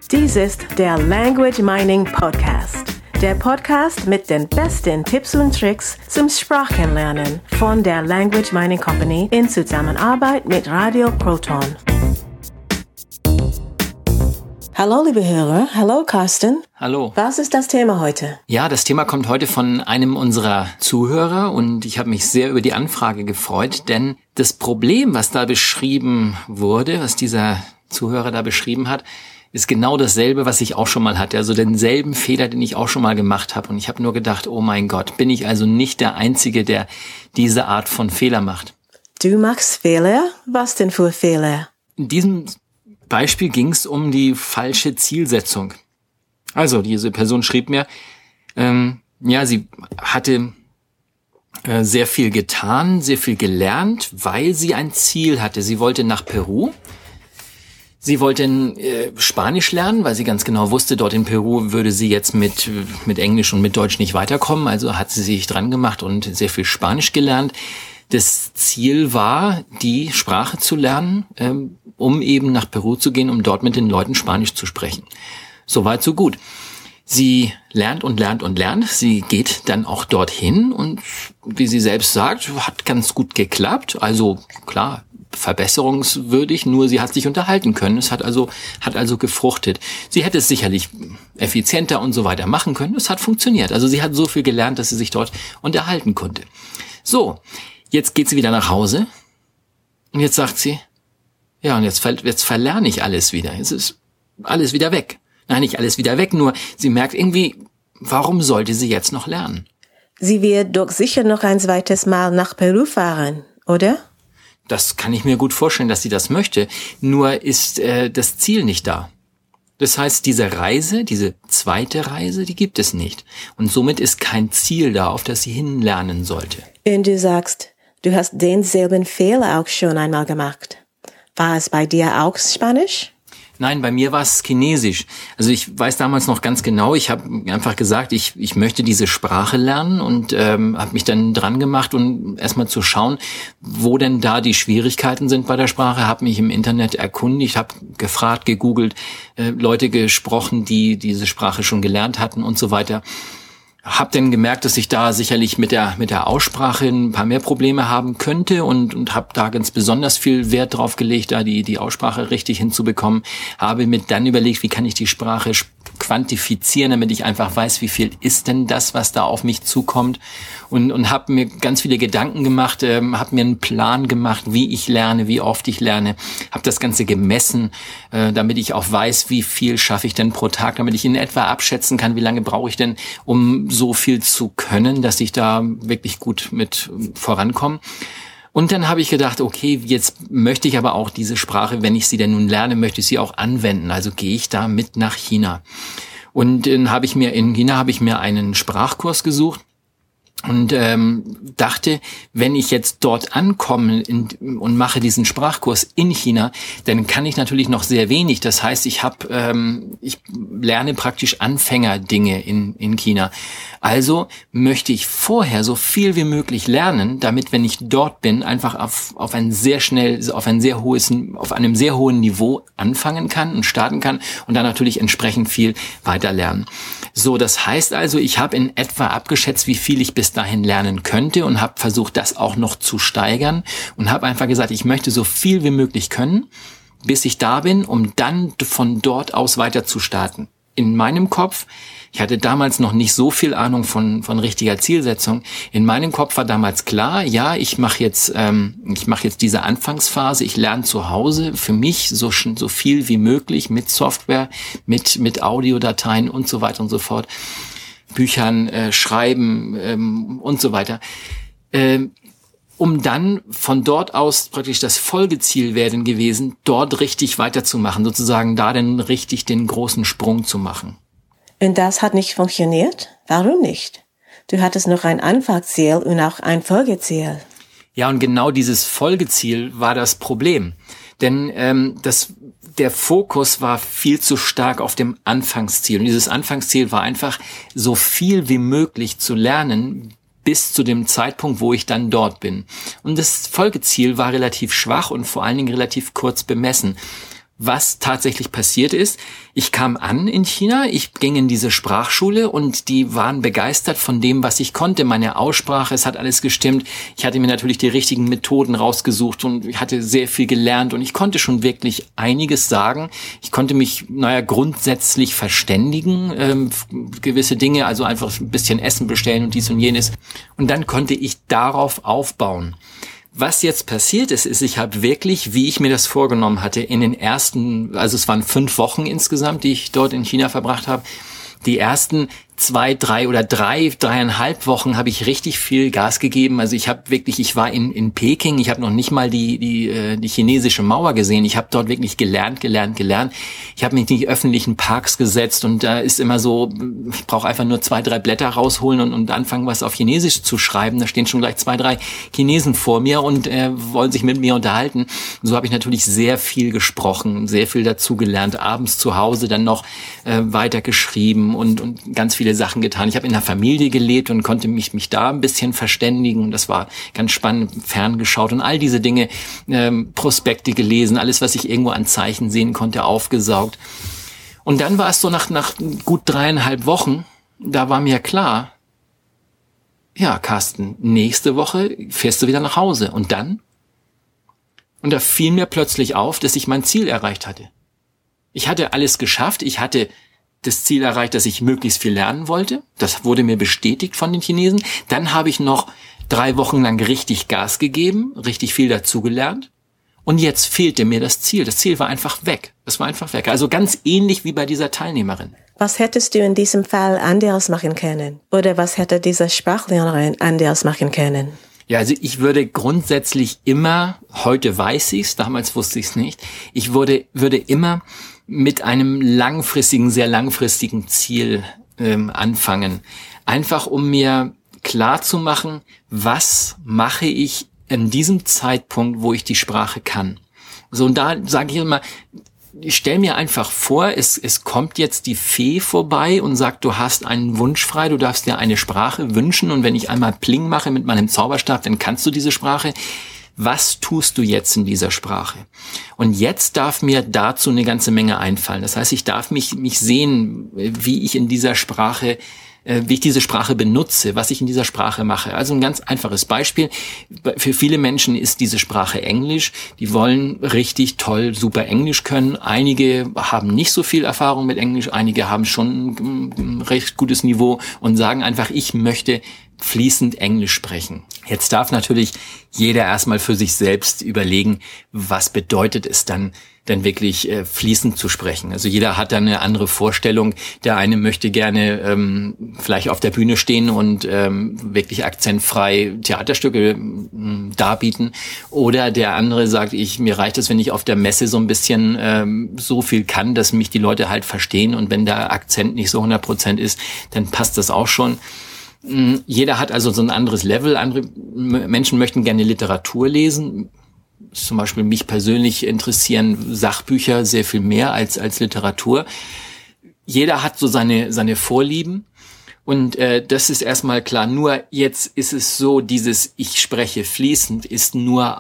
Dies ist der Language Mining Podcast. Der Podcast mit den besten Tipps und Tricks zum Sprachenlernen von der Language Mining Company in Zusammenarbeit mit Radio Proton. Hallo liebe Hörer, hallo Carsten. Hallo. Was ist das Thema heute? Ja, das Thema kommt heute von einem unserer Zuhörer und ich habe mich sehr über die Anfrage gefreut, denn das Problem, was da beschrieben wurde, was dieser Zuhörer da beschrieben hat, ist genau dasselbe, was ich auch schon mal hatte. Also denselben Fehler, den ich auch schon mal gemacht habe. Und ich habe nur gedacht, oh mein Gott, bin ich also nicht der Einzige, der diese Art von Fehler macht. Du machst Fehler? Was denn für Fehler? In diesem Beispiel ging es um die falsche Zielsetzung. Also diese Person schrieb mir, sie hatte sehr viel getan, sehr viel gelernt, weil sie ein Ziel hatte. Sie wollte nach Peru. Sie wollte Spanisch lernen, weil sie ganz genau wusste, dort in Peru würde sie jetzt mit Englisch und mit Deutsch nicht weiterkommen. Also hat sie sich dran gemacht und sehr viel Spanisch gelernt. Das Ziel war, die Sprache zu lernen, um eben nach Peru zu gehen, um dort mit den Leuten Spanisch zu sprechen. Soweit, so gut. Sie lernt und lernt und lernt. Sie geht dann auch dorthin und wie sie selbst sagt, hat ganz gut geklappt. Also klar, verbesserungswürdig, nur sie hat sich unterhalten können. Es hat also gefruchtet. Sie hätte es sicherlich effizienter und so weiter machen können. Es hat funktioniert. Also sie hat so viel gelernt, dass sie sich dort unterhalten konnte. So, jetzt geht sie wieder nach Hause und jetzt sagt sie, ja, und jetzt verlerne ich alles wieder. Jetzt ist alles wieder weg. Nein, nicht alles wieder weg, nur sie merkt irgendwie, warum sollte sie jetzt noch lernen? Sie wird doch sicher noch ein zweites Mal nach Peru fahren, oder? Das kann ich mir gut vorstellen, dass sie das möchte. Nur ist das Ziel nicht da. Das heißt, diese zweite Reise, die gibt es nicht. Und somit ist kein Ziel da, auf das sie hinlernen sollte. Und du sagst, du hast denselben Fehler auch schon einmal gemacht. War es bei dir auch Spanisch? Nein, bei mir war es Chinesisch. Also ich weiß damals noch ganz genau, ich habe einfach gesagt, ich möchte diese Sprache lernen und habe mich dann dran gemacht, um erstmal zu schauen, wo denn da die Schwierigkeiten sind bei der Sprache. Habe mich im Internet erkundigt, habe gefragt, gegoogelt, Leute gesprochen, die diese Sprache schon gelernt hatten und so weiter. Hab dann gemerkt, dass ich da sicherlich mit der Aussprache ein paar mehr Probleme haben könnte und habe da ganz besonders viel Wert drauf gelegt, da die Aussprache richtig hinzubekommen. Habe mir dann überlegt, wie kann ich die Sprache quantifizieren, damit ich einfach weiß, wie viel ist denn das, was da auf mich zukommt. Und habe mir ganz viele Gedanken gemacht, habe mir einen Plan gemacht, wie ich lerne, wie oft ich lerne. Habe das Ganze gemessen, damit ich auch weiß, wie viel schaffe ich denn pro Tag, damit ich in etwa abschätzen kann, wie lange brauche ich denn, um so viel zu können, dass ich da wirklich gut mit vorankomme. Und dann habe ich gedacht, okay, jetzt möchte ich aber auch diese Sprache, wenn ich sie denn nun lerne, möchte ich sie auch anwenden. Also gehe ich da mit nach China. Und dann habe ich mir in China einen Sprachkurs gesucht. Und dachte, wenn ich jetzt dort ankomme und mache diesen Sprachkurs in China, dann kann ich natürlich noch sehr wenig. Das heißt, ich lerne praktisch Anfängerdinge in China. Also möchte ich vorher so viel wie möglich lernen, damit, wenn ich dort bin, einfach auf einem sehr hohen Niveau anfangen kann und starten kann und dann natürlich entsprechend viel weiter lernen. So, das heißt also, ich habe in etwa abgeschätzt, wie viel ich bis dahin lernen könnte und habe versucht, das auch noch zu steigern und habe einfach gesagt, ich möchte so viel wie möglich können, bis ich da bin, um dann von dort aus weiter zu starten. In meinem Kopf, ich hatte damals noch nicht so viel Ahnung von richtiger Zielsetzung. In meinem Kopf war damals klar, ja, ich mache jetzt diese Anfangsphase, ich lerne zu Hause für mich so viel wie möglich mit Software, mit Audiodateien und so weiter und so fort, Büchern, Schreiben und so weiter. Um dann von dort aus praktisch das Folgeziel wäre denn gewesen, dort richtig weiterzumachen, sozusagen da dann richtig den großen Sprung zu machen. Und das hat nicht funktioniert? Warum nicht? Du hattest noch ein Anfangsziel und auch ein Folgeziel. Ja, und genau dieses Folgeziel war das Problem. Denn der Fokus war viel zu stark auf dem Anfangsziel. Und dieses Anfangsziel war einfach, so viel wie möglich zu lernen, bis zu dem Zeitpunkt, wo ich dann dort bin. Und das Folgeziel war relativ schwach und vor allen Dingen relativ kurz bemessen. was tatsächlich passiert ist. Ich kam an in China, ich ging in diese Sprachschule und die waren begeistert von dem, was ich konnte. Meine Aussprache, es hat alles gestimmt. Ich hatte mir natürlich die richtigen Methoden rausgesucht und ich hatte sehr viel gelernt und ich konnte schon wirklich einiges sagen. Ich konnte mich, grundsätzlich verständigen, gewisse Dinge, also einfach ein bisschen Essen bestellen und dies und jenes. Und dann konnte ich darauf aufbauen. Was jetzt passiert ist, ich habe wirklich, wie ich mir das vorgenommen hatte, in den ersten, also es waren 5 Wochen insgesamt, die ich dort in China verbracht habe, die ersten 2, 3 oder 3,5 Wochen habe ich richtig viel Gas gegeben. Also ich war in Peking, ich habe noch nicht mal die chinesische Mauer gesehen. Ich habe dort wirklich gelernt. Ich habe mich in die öffentlichen Parks gesetzt und da ist immer so, ich brauche einfach nur 2, 3 Blätter rausholen und anfangen, was auf Chinesisch zu schreiben. Da stehen schon gleich 2, 3 Chinesen vor mir und wollen sich mit mir unterhalten. Und so habe ich natürlich sehr viel gesprochen, sehr viel dazu gelernt. Abends zu Hause dann noch weiter geschrieben und ganz viele Sachen getan. Ich habe in einer Familie gelebt und konnte mich da ein bisschen verständigen und das war ganz spannend, ferngeschaut und all diese Dinge, Prospekte gelesen, alles, was ich irgendwo an Zeichen sehen konnte, aufgesaugt. Und dann war es so nach gut 3,5 Wochen, da war mir klar, ja, Carsten, nächste Woche fährst du wieder nach Hause und dann? Und da fiel mir plötzlich auf, dass ich mein Ziel erreicht hatte. Ich hatte alles geschafft, ich hatte das Ziel erreicht, dass ich möglichst viel lernen wollte. Das wurde mir bestätigt von den Chinesen. Dann habe ich noch 3 Wochen lang richtig Gas gegeben, richtig viel dazugelernt. Und jetzt fehlte mir das Ziel. Das Ziel war einfach weg. Das war einfach weg. Also ganz ähnlich wie bei dieser Teilnehmerin. Was hättest du in diesem Fall anders machen können? Oder was hätte diese Sprachlehrerin anders machen können? Ja, also ich würde grundsätzlich immer, heute weiß ich's, damals wusste ich's nicht, ich würde immer mit einem sehr langfristigen Ziel anfangen. Einfach um mir klar zu machen, was mache ich in diesem Zeitpunkt, wo ich die Sprache kann. So, und da sage ich immer, ich stelle mir einfach vor, es kommt jetzt die Fee vorbei und sagt, du hast einen Wunsch frei, du darfst dir eine Sprache wünschen und wenn ich einmal Pling mache mit meinem Zauberstab, dann kannst du diese Sprache. Was tust du jetzt in dieser Sprache? Und jetzt darf mir dazu eine ganze Menge einfallen. Das heißt, ich darf mich sehen, wie ich diese Sprache benutze, was ich in dieser Sprache mache. Also ein ganz einfaches Beispiel. Für viele Menschen ist diese Sprache Englisch. Die wollen richtig toll, super Englisch können. Einige haben nicht so viel Erfahrung mit Englisch. Einige haben schon ein recht gutes Niveau und sagen einfach, ich möchte fließend Englisch sprechen. Jetzt darf natürlich jeder erstmal für sich selbst überlegen, was bedeutet es dann wirklich fließend zu sprechen. Also jeder hat da eine andere Vorstellung. Der eine möchte gerne vielleicht auf der Bühne stehen und wirklich akzentfrei Theaterstücke darbieten. Oder der andere sagt, mir reicht es, wenn ich auf der Messe so ein bisschen so viel kann, dass mich die Leute halt verstehen. Und wenn der Akzent nicht so 100% ist, dann passt das auch schon. Jeder hat also so ein anderes Level. Andere Menschen möchten gerne Literatur lesen. Zum Beispiel mich persönlich interessieren Sachbücher sehr viel mehr als Literatur. Jeder hat so seine Vorlieben. Und das ist erstmal klar. Nur jetzt ist es so, dieses ich spreche fließend das ist nur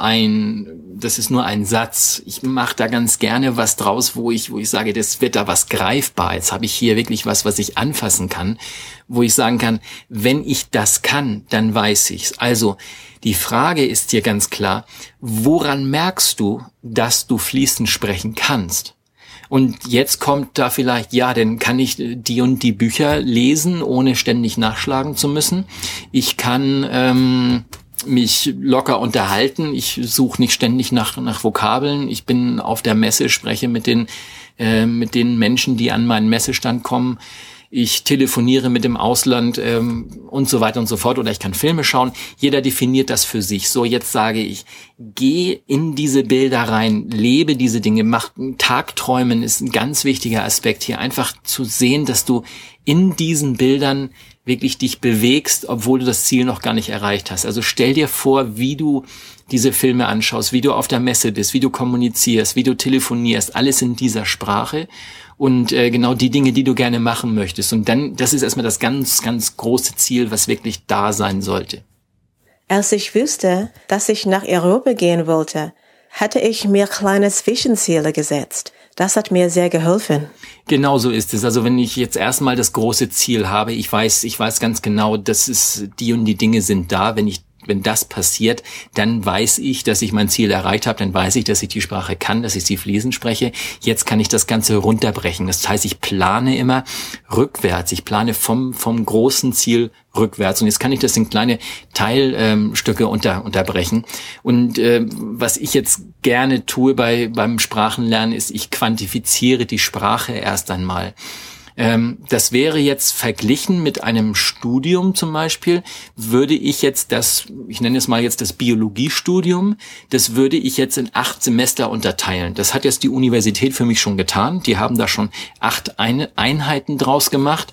ein Satz. Ich mache da ganz gerne was draus, wo ich sage, das wird da was greifbar. Jetzt habe ich hier wirklich was ich anfassen kann, wo ich sagen kann, wenn ich das kann, dann weiß ich's. Also die Frage ist hier ganz klar, woran merkst du, dass du fließend sprechen kannst? Und jetzt kommt da vielleicht, ja, dann kann ich die und die Bücher lesen, ohne ständig nachschlagen zu müssen. Ich kann mich locker unterhalten. Ich suche nicht ständig nach Vokabeln. Ich bin auf der Messe, spreche mit den Menschen, die an meinen Messestand kommen. Ich telefoniere mit dem Ausland und so weiter und so fort. Oder ich kann Filme schauen. Jeder definiert das für sich. So, jetzt sage ich, geh in diese Bilder rein, lebe diese Dinge, Tagträumen ist ein ganz wichtiger Aspekt hier. Einfach zu sehen, dass du in diesen Bildern wirklich dich bewegst, obwohl du das Ziel noch gar nicht erreicht hast. Also stell dir vor, wie du diese Filme anschaust, wie du auf der Messe bist, wie du kommunizierst, wie du telefonierst, alles in dieser Sprache. Und genau die Dinge, die du gerne machen möchtest. Und dann, das ist erstmal das ganz, ganz große Ziel, was wirklich da sein sollte. Als ich wusste, dass ich nach Europa gehen wollte, hatte ich mir kleine Zwischenziele gesetzt. Das hat mir sehr geholfen. Genau so ist es. Also wenn ich jetzt erstmal das große Ziel habe, ich weiß ganz genau, dass es die und die Dinge sind da. Wenn das passiert, dann weiß ich, dass ich mein Ziel erreicht habe, dann weiß ich, dass ich die Sprache kann, dass ich sie fließend spreche. Jetzt kann ich das Ganze runterbrechen. Das heißt, ich plane immer rückwärts. Ich plane vom großen Ziel rückwärts. Und jetzt kann ich das in kleine Teilstücke unterbrechen. Und was ich jetzt gerne tue beim Sprachenlernen ist, ich quantifiziere die Sprache erst einmal. Das wäre jetzt verglichen mit einem Studium zum Beispiel, würde ich jetzt ich nenne es mal jetzt das Biologiestudium, das würde ich jetzt in 8 Semester unterteilen. Das hat jetzt die Universität für mich schon getan. Die haben da schon 8 Einheiten draus gemacht.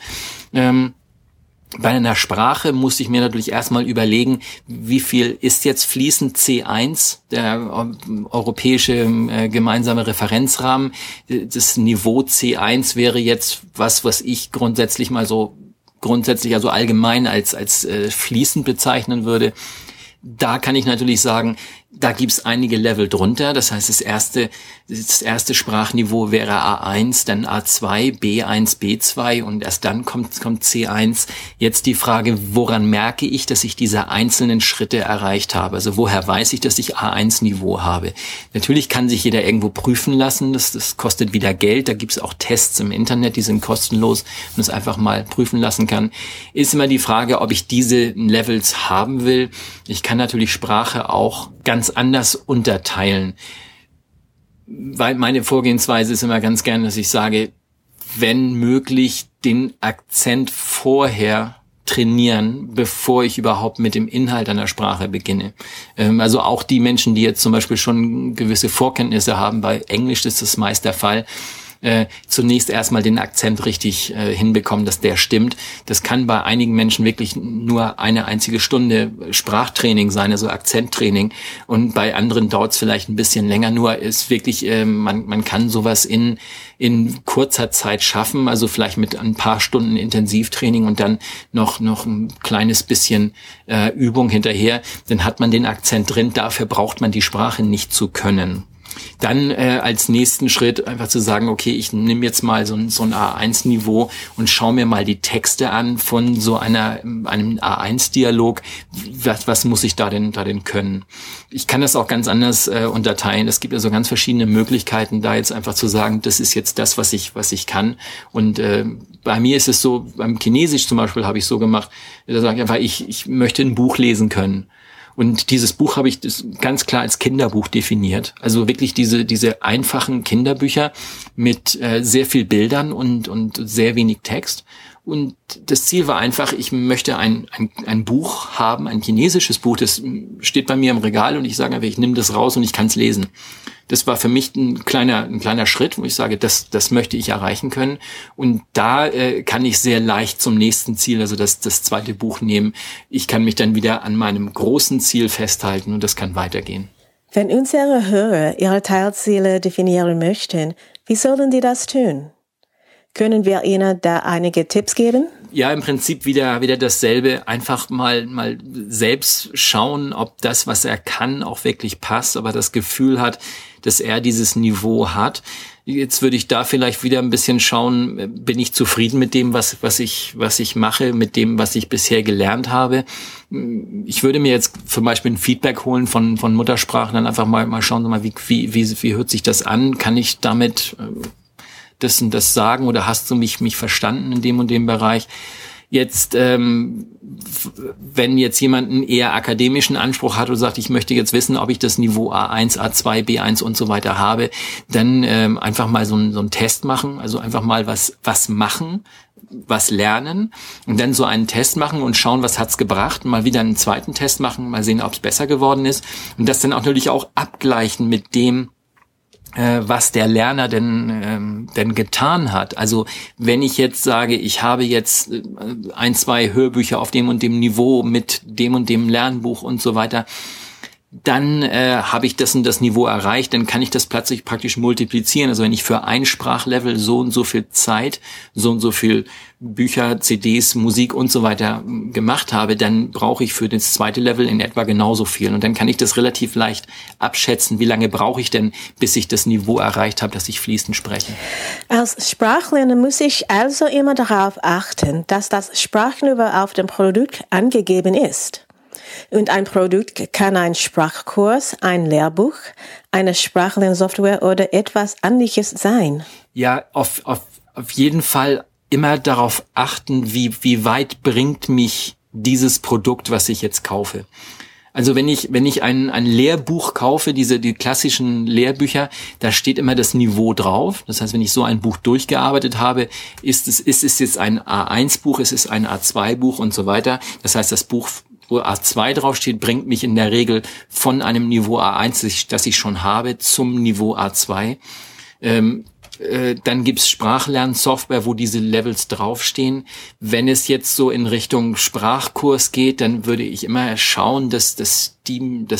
Bei einer Sprache muss ich mir natürlich erstmal überlegen, wie viel ist jetzt fließend C1, der europäische gemeinsame Referenzrahmen. Das Niveau C1 wäre jetzt was ich grundsätzlich also allgemein als fließend bezeichnen würde. Da kann ich natürlich sagen, da gibt's einige Level drunter. Das heißt, das erste Sprachniveau wäre A1, dann A2, B1, B2 und erst dann kommt C1. Jetzt die Frage, woran merke ich, dass ich diese einzelnen Schritte erreicht habe? Also woher weiß ich, dass ich A1-Niveau habe? Natürlich kann sich jeder irgendwo prüfen lassen. Das kostet wieder Geld. Da gibt's auch Tests im Internet, die sind kostenlos und es einfach mal prüfen lassen kann. Ist immer die Frage, ob ich diese Levels haben will. Ich kann natürlich Sprache auch ganz anders unterteilen. Weil meine Vorgehensweise ist immer ganz gern, dass ich sage, wenn möglich, den Akzent vorher trainieren, bevor ich überhaupt mit dem Inhalt einer Sprache beginne. Also auch die Menschen, die jetzt zum Beispiel schon gewisse Vorkenntnisse haben, bei Englisch ist das meist der Fall, zunächst erstmal den Akzent richtig hinbekommen, dass der stimmt. Das kann bei einigen Menschen wirklich nur eine einzige Stunde Sprachtraining sein, also Akzenttraining. Und bei anderen dauert es vielleicht ein bisschen länger. Nur ist wirklich, man kann sowas in kurzer Zeit schaffen, also vielleicht mit ein paar Stunden Intensivtraining und dann noch ein kleines bisschen Übung hinterher. Dann hat man den Akzent drin. Dafür braucht man die Sprache nicht zu können. Dann als nächsten Schritt einfach zu sagen, okay, ich nehme jetzt mal so ein A1-Niveau und schaue mir mal die Texte an von so einem A1-Dialog. Was muss ich da denn können? Ich kann das auch ganz anders unterteilen. Es gibt also ganz verschiedene Möglichkeiten, da jetzt einfach zu sagen, das ist jetzt das, was ich kann. Und bei mir ist es so, beim Chinesisch zum Beispiel habe ich so gemacht, da sage ich einfach, ich möchte ein Buch lesen können. Und dieses Buch habe ich ganz klar als Kinderbuch definiert. Also wirklich diese einfachen Kinderbücher mit sehr viel Bildern und sehr wenig Text. Und das Ziel war einfach, ich möchte ein Buch haben, ein chinesisches Buch, das steht bei mir im Regal und ich sage einfach, ich nehme das raus und ich kann es lesen. Das war für mich ein kleiner Schritt, wo ich sage, das möchte ich erreichen können. Und da kann ich sehr leicht zum nächsten Ziel, also das zweite Buch nehmen. Ich kann mich dann wieder an meinem großen Ziel festhalten und das kann weitergehen. Wenn unsere Hörer ihre Teilziele definieren möchten, wie sollen die das tun? Können wir ihnen da einige Tipps geben? Ja, im Prinzip wieder dasselbe. Einfach mal selbst schauen, ob das, was er kann, auch wirklich passt, ob er das Gefühl hat, dass er dieses Niveau hat. Jetzt würde ich da vielleicht wieder ein bisschen schauen, bin ich zufrieden mit dem, was ich mache, mit dem, was ich bisher gelernt habe. Ich würde mir jetzt zum Beispiel ein Feedback holen von Muttersprachen, dann einfach mal schauen, wie hört sich das an? Kann ich damit das und das sagen oder hast du mich verstanden in dem und dem Bereich? Jetzt, wenn jetzt jemand einen eher akademischen Anspruch hat und sagt, ich möchte jetzt wissen, ob ich das Niveau A1, A2, B1 und so weiter habe, dann einfach mal so einen Test machen, also einfach mal was machen, was lernen und dann so einen Test machen und schauen, was hat's gebracht, mal wieder einen zweiten Test machen, mal sehen, ob es besser geworden ist und das dann auch natürlich auch abgleichen mit dem, was der Lerner denn getan hat. Also wenn ich jetzt sage, ich habe jetzt 1, 2 Hörbücher auf dem und dem Niveau mit dem und dem Lernbuch und so weiter, dann habe ich das und das Niveau erreicht, dann kann ich das plötzlich praktisch multiplizieren. Also wenn ich für ein Sprachlevel so und so viel Zeit, so und so viel Bücher, CDs, Musik und so weiter gemacht habe, dann brauche ich für das zweite Level in etwa genauso viel. Und dann kann ich das relativ leicht abschätzen, wie lange brauche ich denn, bis ich das Niveau erreicht habe, dass ich fließend spreche. Als Sprachlerner muss ich also immer darauf achten, dass das Sprachniveau auf dem Produkt angegeben ist. Und ein Produkt kann ein Sprachkurs, ein Lehrbuch, eine Sprachlernsoftware oder etwas Ähnliches sein. Ja, auf jeden Fall immer darauf achten, wie weit bringt mich dieses Produkt, was ich jetzt kaufe. Also wenn ich ein Lehrbuch kaufe, die klassischen Lehrbücher, da steht immer das Niveau drauf. Das heißt, wenn ich so ein Buch durchgearbeitet habe, ist es jetzt ein A1-Buch, es ist ein A2-Buch und so weiter. Das heißt, das Buch, wo A2 draufsteht, bringt mich in der Regel von einem Niveau A1, das ich schon habe, zum Niveau A2. Dann gibt's Sprachlernsoftware, wo diese Levels draufstehen. Wenn es jetzt so in Richtung Sprachkurs geht, dann würde ich immer schauen, dass die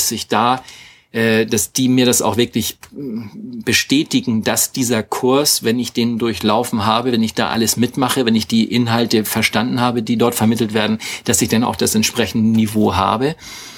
mir das auch wirklich bestätigen, dass dieser Kurs, wenn ich den durchlaufen habe, wenn ich da alles mitmache, wenn ich die Inhalte verstanden habe, die dort vermittelt werden, dass ich dann auch das entsprechende Niveau habe.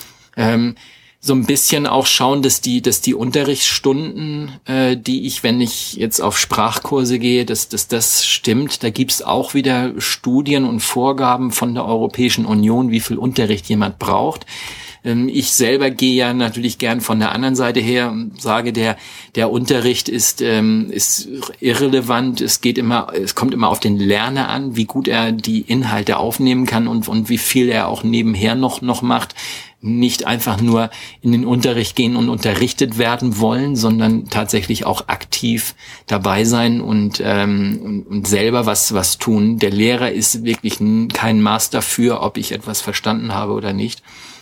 So ein bisschen auch schauen, dass die Unterrichtsstunden, die ich, wenn ich jetzt auf Sprachkurse gehe, dass das stimmt. Da gibt's auch wieder Studien und Vorgaben von der Europäischen Union, wie viel Unterricht jemand braucht. Ich selber gehe ja natürlich gern von der anderen Seite her und sage, der Unterricht ist irrelevant. Es kommt immer auf den Lerner an, wie gut er die Inhalte aufnehmen kann und wie viel er auch nebenher noch macht. Nicht einfach nur in den Unterricht gehen und unterrichtet werden wollen, sondern tatsächlich auch aktiv dabei sein und selber was tun. Der Lehrer ist wirklich kein Maß dafür, ob ich etwas verstanden habe oder nicht.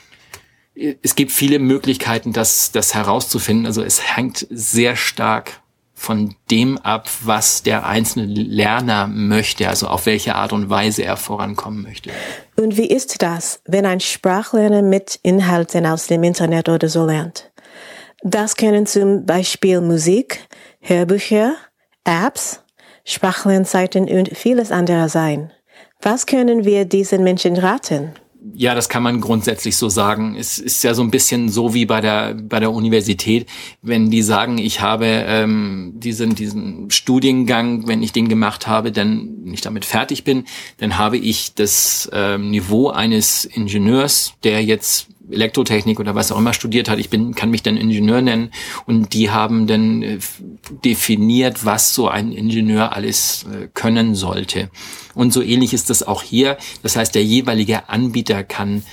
Es gibt viele Möglichkeiten, das herauszufinden. Also es hängt sehr stark von dem ab, was der einzelne Lerner möchte, also auf welche Art und Weise er vorankommen möchte. Und wie ist das, wenn ein Sprachlerner mit Inhalten aus dem Internet oder so lernt? Das können zum Beispiel Musik, Hörbücher, Apps, Sprachlernseiten und vieles andere sein. Was können wir diesen Menschen raten? Ja, das kann man grundsätzlich so sagen. Es ist ja so ein bisschen so wie bei der Universität, wenn die sagen, ich habe diesen Studiengang, wenn ich den gemacht habe, wenn ich damit fertig bin, dann habe ich das Niveau eines Ingenieurs, der jetzt Elektrotechnik oder was auch immer studiert hat. Kann mich dann Ingenieur nennen, und die haben dann definiert, was so ein Ingenieur alles können sollte. Und so ähnlich ist das auch hier. Das heißt, der jeweilige Anbieter kann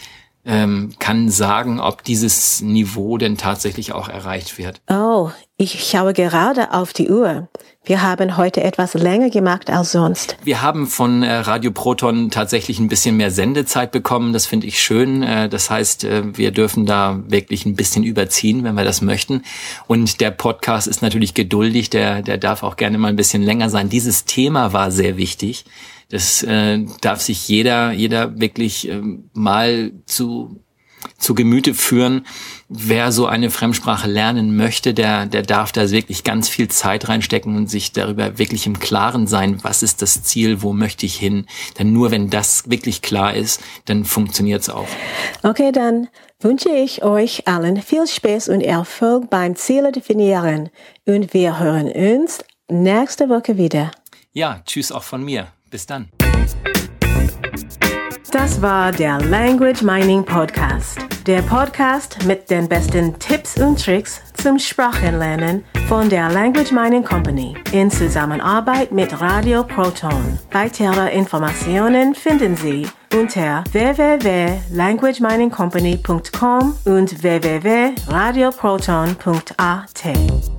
sagen, ob dieses Niveau denn tatsächlich auch erreicht wird. Oh, ich schaue gerade auf die Uhr. Wir haben heute etwas länger gemacht als sonst. Wir haben von Radio Proton tatsächlich ein bisschen mehr Sendezeit bekommen. Das finde ich schön. Das heißt, wir dürfen da wirklich ein bisschen überziehen, wenn wir das möchten. Und der Podcast ist natürlich geduldig. Der darf auch gerne mal ein bisschen länger sein. Dieses Thema war sehr wichtig. Das darf sich jeder wirklich mal zu Gemüte führen. Wer so eine Fremdsprache lernen möchte, der darf da wirklich ganz viel Zeit reinstecken und sich darüber wirklich im Klaren sein, was ist das Ziel, wo möchte ich hin. Denn nur wenn das wirklich klar ist, dann funktioniert's auch. Okay, dann wünsche ich euch allen viel Spaß und Erfolg beim Ziele definieren. Und wir hören uns nächste Woche wieder. Ja, tschüss auch von mir. Bis dann. Das war der Language Mining Podcast. Der Podcast mit den besten Tipps und Tricks zum Sprachenlernen von der Language Mining Company in Zusammenarbeit mit Radio Proton. Weitere Informationen finden Sie unter www.languageminingcompany.com und www.radioproton.at.